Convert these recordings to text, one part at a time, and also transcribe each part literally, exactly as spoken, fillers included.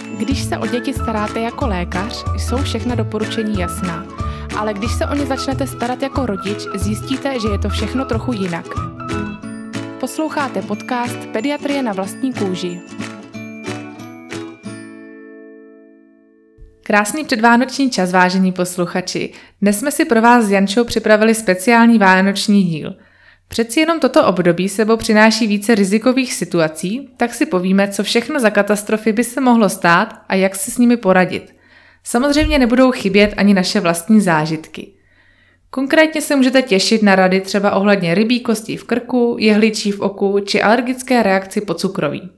Když se o děti staráte jako lékař, jsou všechna doporučení jasná. Ale když se o ně začnete starat jako rodič, zjistíte, že je to všechno trochu jinak. Posloucháte podcast Pediatrie na vlastní kůži. Krásný předvánoční čas, vážení posluchači. Dnes jsme si pro vás s Jančou připravili speciální vánoční díl. Přeci jenom toto období sebou přináší více rizikových situací, tak si povíme, co všechno za katastrofy by se mohlo stát a jak si s nimi poradit. Samozřejmě nebudou chybět ani naše vlastní zážitky. Konkrétně se můžete těšit na rady třeba ohledně rybí kostí v krku, jehličí v oku či alergické reakci po cukroví.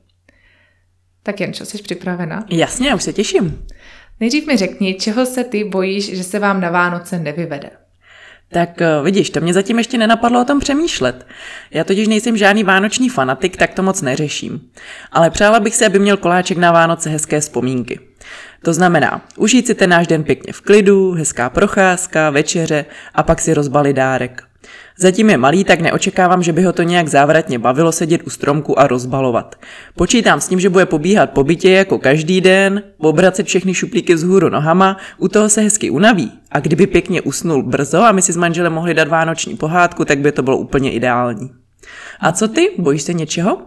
Tak Jančo, jsi připravena? Jasně, já už se těším. Nejdřív mi řekni, čeho se ty bojíš, že se vám na Vánoce nevyvede. Tak vidíš, to mě zatím ještě nenapadlo o tom přemýšlet. Já totiž nejsem žádný vánoční fanatik, tak to moc neřeším. Ale přála bych si, aby měl koláček na Vánoce hezké vzpomínky. To znamená, užít si ten náš den pěkně v klidu, hezká procházka, večeře a pak si rozbalit dárek. Zatím je malý, tak neočekávám, že by ho to nějak závratně bavilo sedět u stromku a rozbalovat. Počítám s tím, že bude pobíhat po bytě jako každý den, obracet všechny šuplíky vzhůru nohama, u toho se hezky unaví. A kdyby pěkně usnul brzo a my si s manželem mohli dát vánoční pohádku, tak by to bylo úplně ideální. A co ty? Bojíš se něčeho?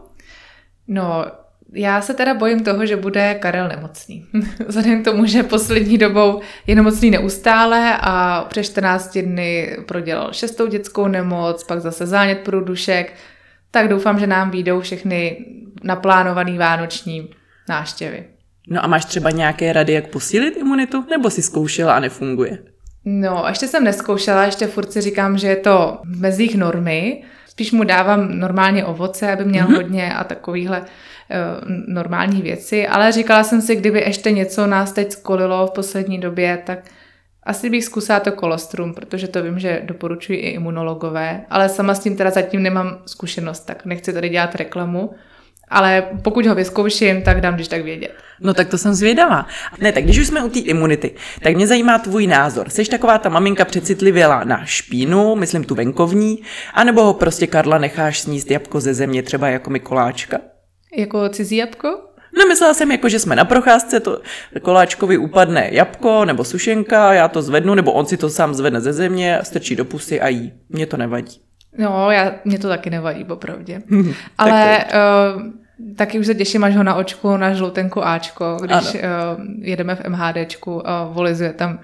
No, já se teda bojím toho, že bude Karel nemocný. Vzhledem k tomu, že poslední dobou je nemocný neustále a přes čtrnáct dny prodělal šestou dětskou nemoc, pak zase zánět průdušek, tak doufám, že nám vyjdou všechny naplánované vánoční návštěvy. No a máš třeba nějaké rady, jak posílit imunitu? Nebo si zkoušela a nefunguje? No, ještě jsem neskoušela, ještě furt si říkám, že je to v mezích normy. Spíš mu dávám normálně ovoce, aby měl mm-hmm. hodně a takovýhle normální věci, ale říkala jsem si, kdyby ještě něco nás teď skolilo v poslední době, tak asi bych zkusila to kolostrum, protože to vím, že doporučují i imunologové, ale sama s tím teda zatím nemám zkušenost, tak nechci tady dělat reklamu, ale pokud ho vyzkouším, tak dám když tak vědět. No tak to jsem zvědavá. Ne, tak když už jsme u té imunity, tak mě zajímá tvůj názor. Jseš taková ta maminka přecitlivěla na špínu, myslím tu venkovní, anebo ho prostě Karla necháš sníst jabko ze země, třeba jako Mikoláčka? Jako cizí jabko? No, myslela jsem jako, že jsme na procházce, to koláčkovi upadne jabko nebo sušenka, já to zvednu, nebo on si to sám zvedne ze země, strčí do pusy a jí. Mně to nevadí. No, já, mě to taky nevadí, popravdě. Ale uh, taky už se těším, až ho na očku na žloutenku Ačko, když uh, jedeme v MHDčku a volizuje tam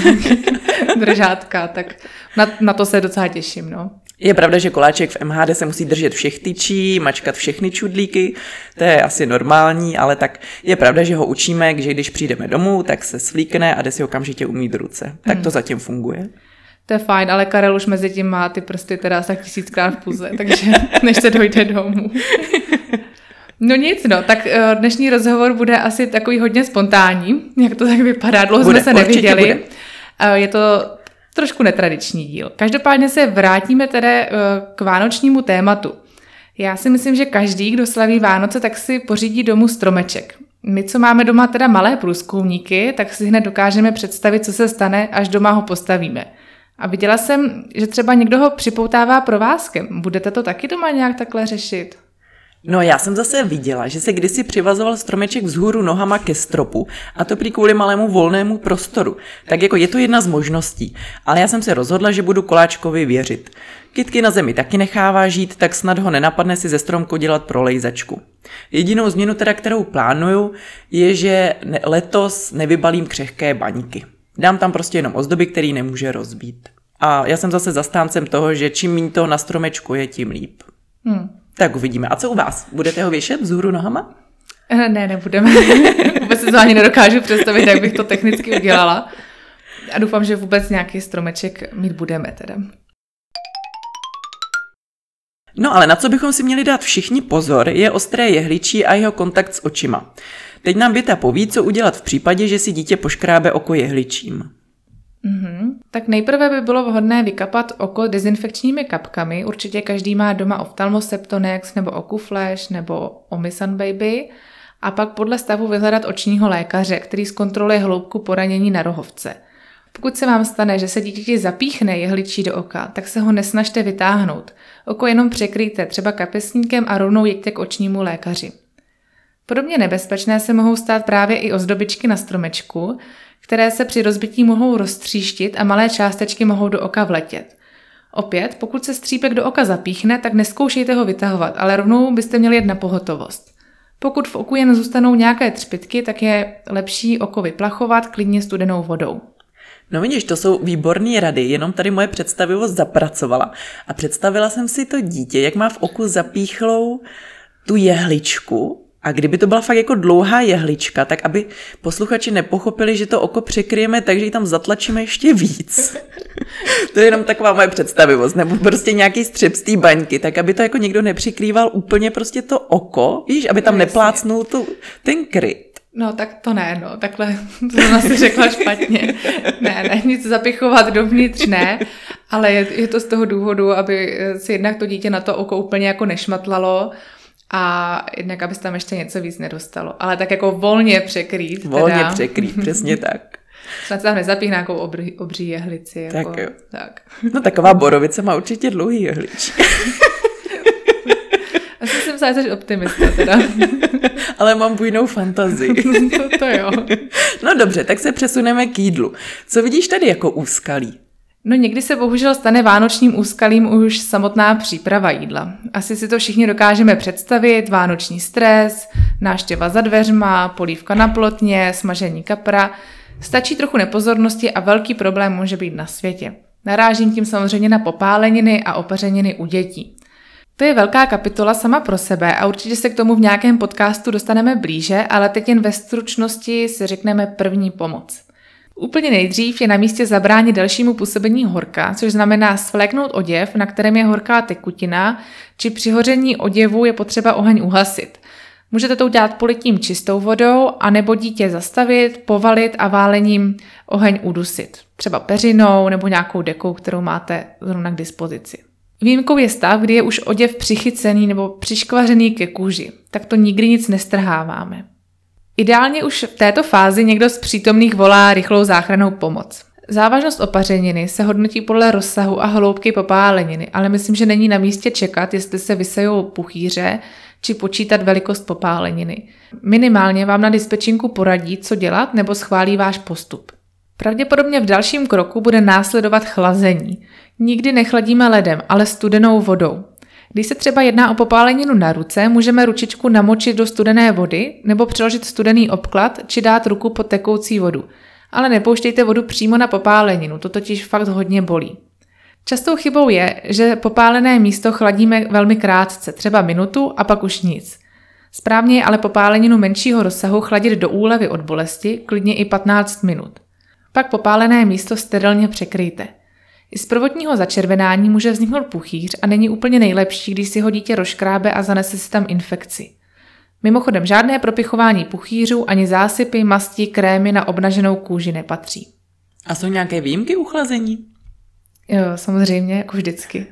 držátka, tak na, na to se docela těším, no. Je pravda, že koláček v M H D se musí držet všech tyčí, mačkat všechny čudlíky, to je asi normální, ale tak je pravda, že ho učíme, že když přijdeme domů, tak se svlíkne a jde si okamžitě umýt ruce. Tak to zatím funguje. To je fajn, ale Karel už mezi tím má ty prsty teda tak tisíckrát v puze, takže než se dojde domů. No nic, no, tak dnešní rozhovor bude asi takový hodně spontánní, jak to tak vypadá, dlouho jsme se neviděli. Bude. Je to trošku netradiční díl. Každopádně se vrátíme tedy k vánočnímu tématu. Já si myslím, že každý, kdo slaví Vánoce, tak si pořídí domů stromeček. My, co máme doma teda malé průzkumníky, tak si hned dokážeme představit, co se stane, až doma ho postavíme. A viděla jsem, že třeba někdo ho připoutává provázkem. Budete to taky doma nějak takhle řešit? No já jsem zase viděla, že se kdysi přivazoval stromeček vzhůru nohama ke stropu a to prý kvůli malému volnému prostoru. Tak jako je to jedna z možností, ale já jsem se rozhodla, že budu koláčkovi věřit. Kytky na zemi taky nechává žít, tak snad ho nenapadne si ze stromku dělat prolejzačku. Jedinou změnu teda, kterou plánuju, je, že letos nevybalím křehké baňky. Dám tam prostě jenom ozdoby, který nemůže rozbít. A já jsem zase zastáncem toho, že čím méně toho na stromečku je, tím líp. Hmm. Tak uvidíme. A co u vás? Budete ho věšet vzhůru nohama? Ne, nebudeme. Vůbec si to ani nedokážu představit, jak bych to technicky udělala. A doufám, že vůbec nějaký stromeček mít budeme teda. No ale na co bychom si měli dát všichni pozor, je ostré jehličí a jeho kontakt s očima. Teď nám Věta poví, co udělat v případě, že si dítě poškrábe oko jehličím. Mm-hmm. Tak nejprve by bylo vhodné vykapat oko dezinfekčními kapkami. Určitě každý má doma Ophthalmoseptonex nebo Ocuflash nebo Omisan Baby. A pak podle stavu vyhledat očního lékaře, který zkontroluje hloubku poranění na rohovce. Pokud se vám stane, že se dítěti zapíchne jehličí do oka, tak se ho nesnažte vytáhnout. Oko jenom překryjte třeba kapesníkem a rovnou jeďte k očnímu lékaři. Podobně nebezpečné se mohou stát právě i ozdobičky na stromečku, které se při rozbití mohou roztříštit a malé částečky mohou do oka vletět. Opět, pokud se střípek do oka zapíchne, tak nezkoušejte ho vytahovat, ale rovnou byste měli jet na pohotovost. Pokud v oku jen zůstanou nějaké třpytky, tak je lepší oko vyplachovat klidně studenou vodou. No vidíš, to jsou výborné rady, jenom tady moje představivost zapracovala. A představila jsem si to dítě, jak má v oku zapíchlou tu jehličku. A kdyby to byla fakt jako dlouhá jehlička, tak aby posluchači nepochopili, že to oko překryjeme, takže ji tam zatlačíme ještě víc. To je jenom taková moje představivost. Nebo prostě nějaký střep z té baňky, tak aby to jako někdo nepřikrýval úplně prostě to oko, víš, aby tam no, neplácnul tu, ten kryt. No tak to ne, no, takhle to jsem asi řekla špatně. Ne, ne, nic zapichovat dovnitř ne, ale je, je to z toho důvodu, aby si jednak to dítě na to oko úplně jako nešmatlalo, a jednak, aby se tam ještě něco víc nedostalo. Ale tak jako volně překrýt. Volně teda. překrýt, přesně tak. Snad se tam nezapíchne nějakou obří, obří jehlici. Jako, tak jo. Tak. No taková borovice má určitě dlouhý jehličky. Asi jsem se jsi optimista teda. Ale mám bujnou fantazii. to, to jo. No dobře, tak se přesuneme k jídlu. Co vidíš tady jako úskalí? No někdy se bohužel stane vánočním úskalím už samotná příprava jídla. Asi si to všichni dokážeme představit, vánoční stres, návštěva za dveřma, polívka na plotně, smažení kapra. Stačí trochu nepozornosti a velký problém může být na světě. Narážím tím samozřejmě na popáleniny a opařeniny u dětí. To je velká kapitola sama pro sebe a určitě se k tomu v nějakém podcastu dostaneme blíže, ale teď jen ve stručnosti si řekneme první pomoc. Úplně nejdřív je na místě zabránit dalšímu působení horka, což znamená svléknout oděv, na kterém je horká tekutina, či při hoření oděvu je potřeba oheň uhasit. Můžete to udělat politím čistou vodou, anebo dítě zastavit, povalit a válením oheň udusit. Třeba peřinou nebo nějakou dekou, kterou máte zrovna k dispozici. Výjimkou je stav, kdy je už oděv přichycený nebo přiškvařený ke kůži. Tak to nikdy nic nestrháváme. Ideálně už v této fázi někdo z přítomných volá rychlou záchrannou pomoc. Závažnost opařeniny se hodnotí podle rozsahu a hloubky popáleniny, ale myslím, že není na místě čekat, jestli se vysejou puchýře, či počítat velikost popáleniny. Minimálně vám na dispečinku poradí, co dělat, nebo schválí váš postup. Pravděpodobně v dalším kroku bude následovat chlazení. Nikdy nechladíme ledem, ale studenou vodou. Když se třeba jedná o popáleninu na ruce, můžeme ručičku namočit do studené vody nebo přeložit studený obklad či dát ruku pod tekoucí vodu. Ale nepouštějte vodu přímo na popáleninu, to totiž fakt hodně bolí. Častou chybou je, že popálené místo chladíme velmi krátce, třeba minutu a pak už nic. Správně je ale popáleninu menšího rozsahu chladit do úlevy od bolesti, klidně i patnáct minut. Pak popálené místo sterilně překryjte. I z prvotního začervenání může vzniknout puchýř a není úplně nejlepší, když si ho dítě rozškrábe a zanese si tam infekci. Mimochodem žádné propichování puchýřů ani zásypy, masti, krémy na obnaženou kůži nepatří. A jsou nějaké výjimky u chlazení? Jo, samozřejmě, jako vždycky.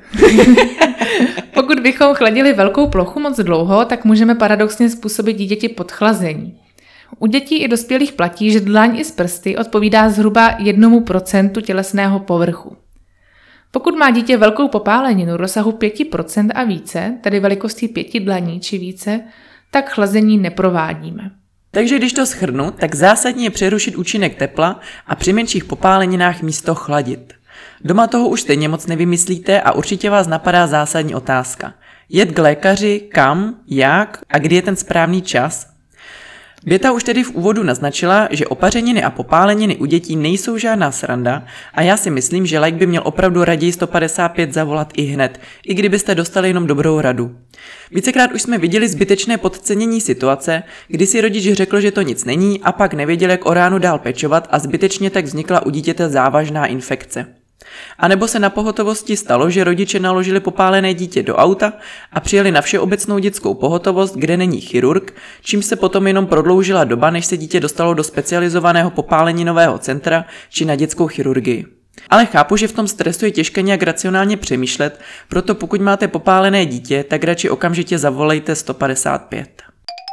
Pokud bychom chladili velkou plochu moc dlouho, tak můžeme paradoxně způsobit dítěti podchlazení. U dětí i dospělých platí, že dlaň i z prsty odpovídá zhruba jednomu procentu tělesného povrchu. Pokud má dítě velkou popáleninu rozsahu pět procent a více, tedy velikostí pěti dlaní či více, tak chlazení neprovádíme. Takže když to shrnu, tak zásadně je přerušit účinek tepla a při menších popáleninách místo chladit. Doma toho už stejně moc nevymyslíte a určitě vás napadá zásadní otázka. Jet k lékaři, kam, jak a kdy je ten správný čas? Běta už tedy v úvodu naznačila, že opařeniny a popáleniny u dětí nejsou žádná sranda a já si myslím, že laik by měl opravdu raději sto padesát pět zavolat i hned, i kdybyste dostali jenom dobrou radu. Vícekrát už jsme viděli zbytečné podcenění situace, kdy si rodič řekl, že to nic není a pak nevěděl, jak o ránu dál pečovat a zbytečně tak vznikla u dítěte závažná infekce. A nebo se na pohotovosti stalo, že rodiče naložili popálené dítě do auta a přijeli na všeobecnou dětskou pohotovost, kde není chirurg, čímž se potom jenom prodloužila doba, než se dítě dostalo do specializovaného popáleninového centra či na dětskou chirurgii. Ale chápu, že v tom stresu je těžké nějak racionálně přemýšlet, proto pokud máte popálené dítě, tak radši okamžitě zavolejte sto padesát pět.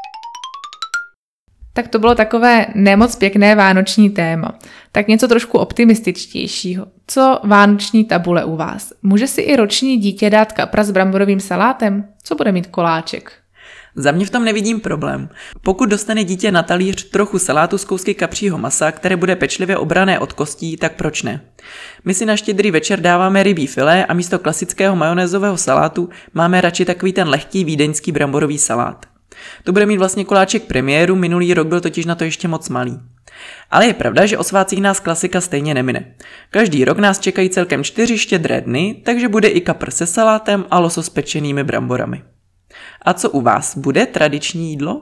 Tak to bylo takové nemoc pěkné vánoční téma. Tak něco trošku optimističtějšího. Co vánoční tabule u vás? Může si i roční dítě dát kapra s bramborovým salátem? Co bude mít koláček? Za mě v tom nevidím problém. Pokud dostane dítě na talíř trochu salátu z kousky kapřího masa, které bude pečlivě obrané od kostí, tak proč ne? My si na štědrý večer dáváme rybí filé a místo klasického majonézového salátu máme radši takový ten lehký vídeňský bramborový salát. To bude mít vlastně koláček premiéru, minulý rok byl totiž na to ještě moc malý. Ale je pravda, že o svátcích nás klasika stejně nemine. Každý rok nás čekají celkem čtyři štědré dny, takže bude i kapr se salátem a losos s pečenými bramborami. A co u vás? Bude tradiční jídlo?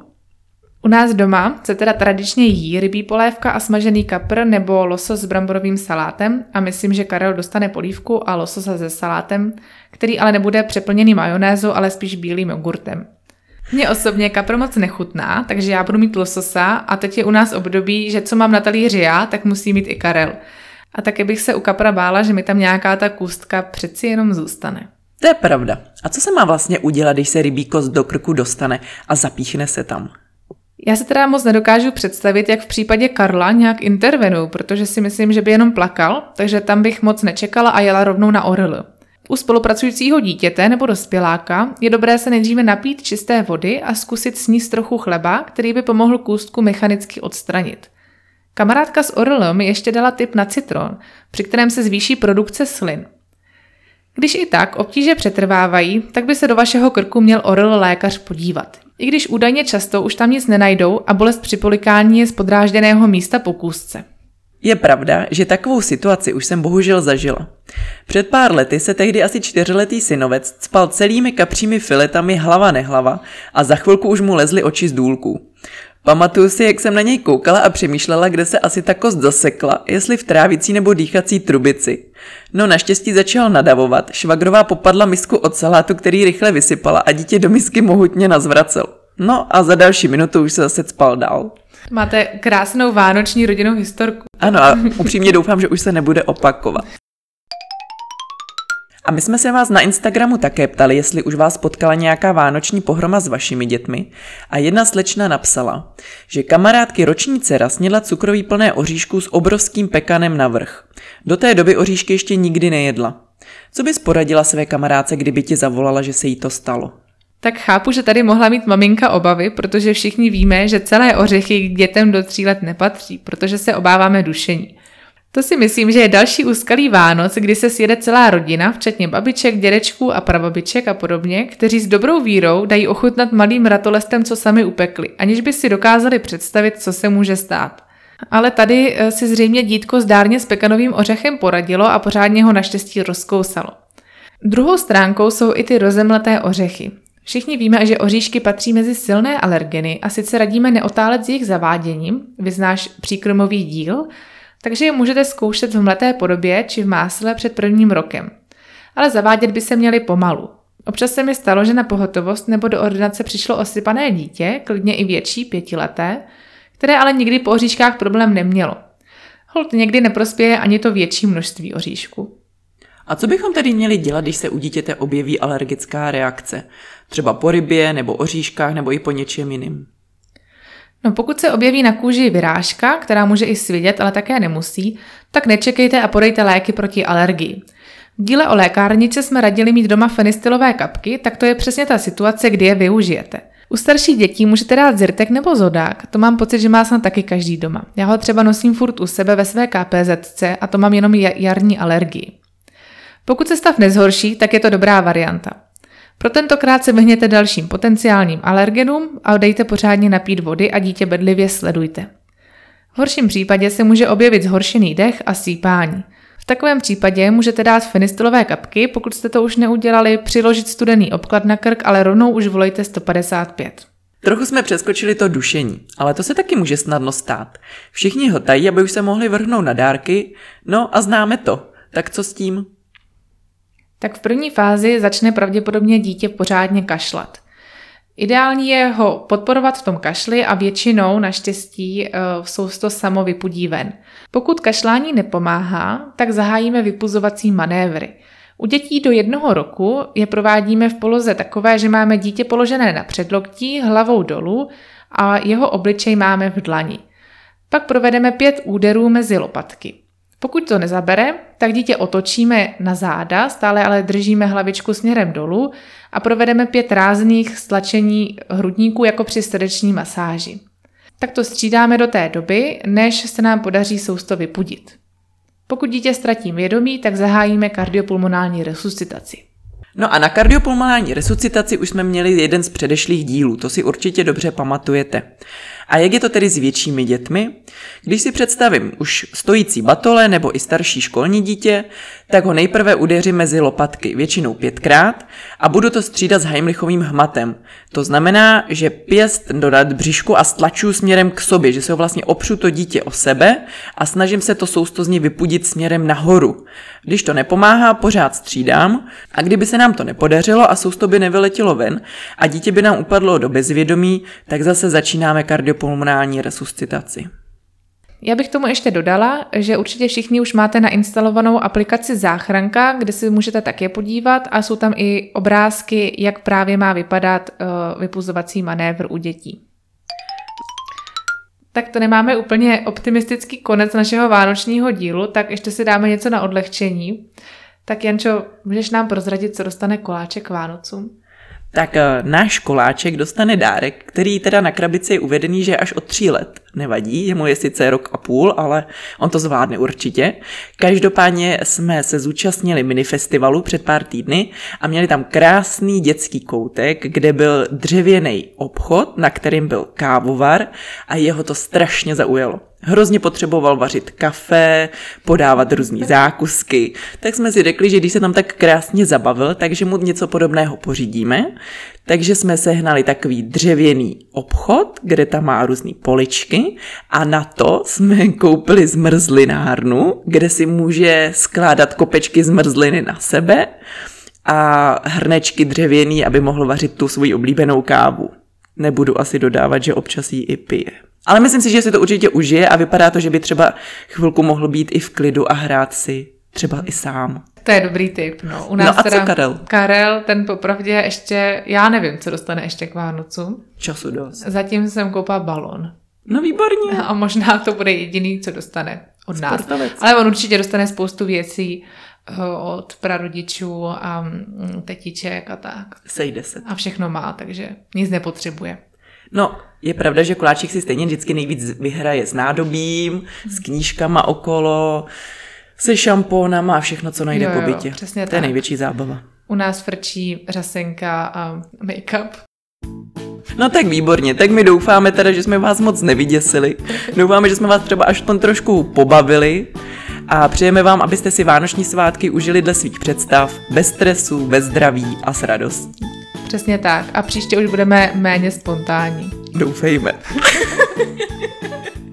U nás doma se teda tradičně jí rybí polévka a smažený kapr nebo losos s bramborovým salátem a myslím, že Karel dostane polívku a lososa se salátem, který ale nebude přeplněný majonézou, ale spíš bílým jogurtem. Mně osobně kapr moc nechutná, takže já budu mít lososa a teď je u nás období, že co mám na talíři já, tak musí mít i Karel. A taky bych se u kapra bála, že mi tam nějaká ta kůstka přeci jenom zůstane. To je pravda. A co se má vlastně udělat, když se rybí kost do krku dostane a zapíchne se tam? Já se teda moc nedokážu představit, jak v případě Karla nějak intervenuju, protože si myslím, že by jenom plakal, takže tam bych moc nečekala a jela rovnou na O R L. U spolupracujícího dítěte nebo dospěláka je dobré se nejdříve napít čisté vody a zkusit sníst trochu chleba, který by pomohl kůstku mechanicky odstranit. Kamarádka z O R L mi ještě dala tip na citron, při kterém se zvýší produkce slin. Když i tak obtíže přetrvávají, tak by se do vašeho krku měl O R L lékař podívat. I když údajně často už tam nic nenajdou a bolest při polikání je z podrážděného místa po kůstce. Je pravda, že takovou situaci už jsem bohužel zažila. Před pár lety se tehdy asi čtyřletý synovec cpal celými kapřími filetami hlava nehlava a za chvilku už mu lezly oči z důlků. Pamatuju si, jak jsem na něj koukala a přemýšlela, kde se asi ta kost zasekla, jestli v trávicí nebo dýchací trubici. No naštěstí začal nadavovat, švagrová popadla misku od salátu, který rychle vysypala a dítě do misky mohutně nazvracel. No a za další minutu už se zase cpal dál. Máte krásnou vánoční rodinnou historku. Ano a upřímně doufám, že už se nebude opakovat. A my jsme se vás na Instagramu také ptali, jestli už vás potkala nějaká vánoční pohroma s vašimi dětmi a jedna slečna napsala, že kamarádky roční dcera snědla cukroví plné oříšků s obrovským pekanem navrch. Do té doby oříšky ještě nikdy nejedla. Co bys poradila své kamarádce, kdyby ti zavolala, že se jí to stalo? Tak chápu, že tady mohla mít maminka obavy, protože všichni víme, že celé ořechy k dětem do tří let nepatří, protože se obáváme dušení. To si myslím, že je další úskalý Vánoc, kdy se sjede celá rodina, včetně babiček, dědečků a prababiček a podobně, kteří s dobrou vírou dají ochutnat malým ratolestem, co sami upekli, aniž by si dokázali představit, co se může stát. Ale tady si zřejmě dítko zdárně s pekanovým ořechem poradilo a pořádně ho naštěstí rozkousalo. Druhou stránkou jsou i ty rozemleté ořechy. Všichni víme, že oříšky patří mezi silné alergeny a sice radíme neotálet s jejich zaváděním, vyznáš příkrmový díl, takže je můžete zkoušet v mleté podobě či v másle před prvním rokem. Ale zavádět by se měli pomalu. Občas se mi stalo, že na pohotovost nebo do ordinace přišlo osypané dítě, klidně i větší, pětileté, které ale nikdy po oříškách problém nemělo. Holt někdy neprospěje ani to větší množství oříšku. A co bychom tedy měli dělat, když se u dítěte objeví alergická reakce? Třeba po rybě, nebo oříškách, nebo i po něčem jiným? No pokud se objeví na kůži vyrážka, která může i svidět, ale také nemusí, tak nečekejte a podejte léky proti alergii. V díle o lékárnice jsme radili mít doma fenystylové kapky, tak to je přesně ta situace, kdy je využijete. U starších dětí můžete dát Zyrtek nebo Zodák, to mám pocit, že má snad taky každý doma. Já ho třeba nosím furt u sebe ve své ká pé zet ce a to mám jenom jarní alergii. Pokud se stav nezhorší, tak je to dobrá varianta. Pro tentokrát se vyhněte dalším potenciálním alergenům a dejte pořádně napít vody a dítě bedlivě sledujte. V horším případě se může objevit zhoršený dech a sípání. V takovém případě můžete dát fenystylové kapky, pokud jste to už neudělali, přiložit studený obklad na krk, ale rovnou už volejte sto padesát pět. Trochu jsme přeskočili to dušení, ale to se taky může snadno stát. Všichni ho tají, aby už se mohli vrhnout na dárky, no a známe to. Tak co s tím? Tak v první fázi začne pravděpodobně dítě pořádně kašlat. Ideální je ho podporovat v tom kašli a většinou naštěstí jsou to samo vypudí ven. Pokud kašlání nepomáhá, tak zahájíme vypuzovací manévry. U dětí do jednoho roku je provádíme v poloze takové, že máme dítě položené na předloktí, hlavou dolů a jeho obličej máme v dlani. Pak provedeme pět úderů mezi lopatky. Pokud to nezabere, tak dítě otočíme na záda, stále ale držíme hlavičku směrem dolů a provedeme pět rázných stlačení hrudníků jako při srdeční masáži. Tak to střídáme do té doby, než se nám podaří sousto vypudit. Pokud dítě ztratí vědomí, tak zahájíme kardiopulmonální resuscitaci. No a na kardiopulmonální resuscitaci už jsme měli jeden z předešlých dílů, to si určitě dobře pamatujete. A jak je to tedy s většími dětmi? Když si představím už stojící batole nebo i starší školní dítě, tak ho nejprve udeřím mezi lopatky, většinou pětkrát, a budu to střídat s Heimlichovým hmatem. To znamená, že pěst do nadbřišku a stlačuju směrem k sobě, že se ho vlastně opřu to dítě o sebe a snažím se to sousto z ní vypudit směrem nahoru. Když to nepomáhá, pořád střídám, a kdyby se nám to nepodařilo a sousto by nevyletělo ven a dítě by nám upadlo do bezvědomí, tak zase začínáme kardiopulmonální resuscitaci. Já bych tomu ještě dodala, že určitě všichni už máte nainstalovanou aplikaci Záchranka, kde si můžete také podívat a jsou tam i obrázky, jak právě má vypadat uh, vypuzovací manévr u dětí. Tak to nemáme úplně optimistický konec našeho vánočního dílu, tak ještě si dáme něco na odlehčení. Tak Jančo, můžeš nám prozradit, co dostane koláček k Vánocům? Tak náš koláček dostane dárek, který teda na krabici je uvedený, že je až od tří let. Nevadí, jemu je sice rok a půl, ale on to zvládne určitě. Každopádně jsme se zúčastnili minifestivalu před pár týdny a měli tam krásný dětský koutek, kde byl dřevěný obchod, na kterým byl kávovar a jeho to strašně zaujalo. Hrozně potřeboval vařit kafe, podávat různý zákusky, tak jsme si řekli, že když se tam tak krásně zabavil, takže mu něco podobného pořídíme. Takže jsme sehnali takový dřevěný obchod, kde tam má různý poličky a na to jsme koupili zmrzlinárnu, kde si může skládat kopečky zmrzliny na sebe a hrnečky dřevěný, aby mohl vařit tu svoji oblíbenou kávu. Nebudu asi dodávat, že občas jí i pije. Ale myslím si, že si to určitě užije a vypadá to, že by třeba chvilku mohl být i v klidu a hrát si třeba i sám. To je dobrý tip, no. U nás no a teda co Karel? Karel, ten popravdě ještě, já nevím, co dostane ještě k Vánocům. Času dost. Zatím jsem koupila balon. No výborně. A možná to bude jediný, co dostane od nás. Sportovec. Ale on určitě dostane spoustu věcí od prarodičů a tetiček a tak. Sejde se. A všechno má, takže nic nepotřebuje. No, je pravda, že koláček si stejně vždycky nejvíc vyhraje s nádobím, s knížkama okolo, se šampónama a všechno, co najde jo, po jo, bytě. Přesně to je tak. největší zábava. U nás frčí řasenka a make-up. No tak výborně, tak my doufáme teda, že jsme vás moc nevyděsili. Doufáme, že jsme vás třeba až trošku pobavili a přejeme vám, abyste si vánoční svátky užili dle svých představ, bez stresu, bez zdraví a s radostí. Přesně tak. A příště už budeme méně spontánní. Doufejme.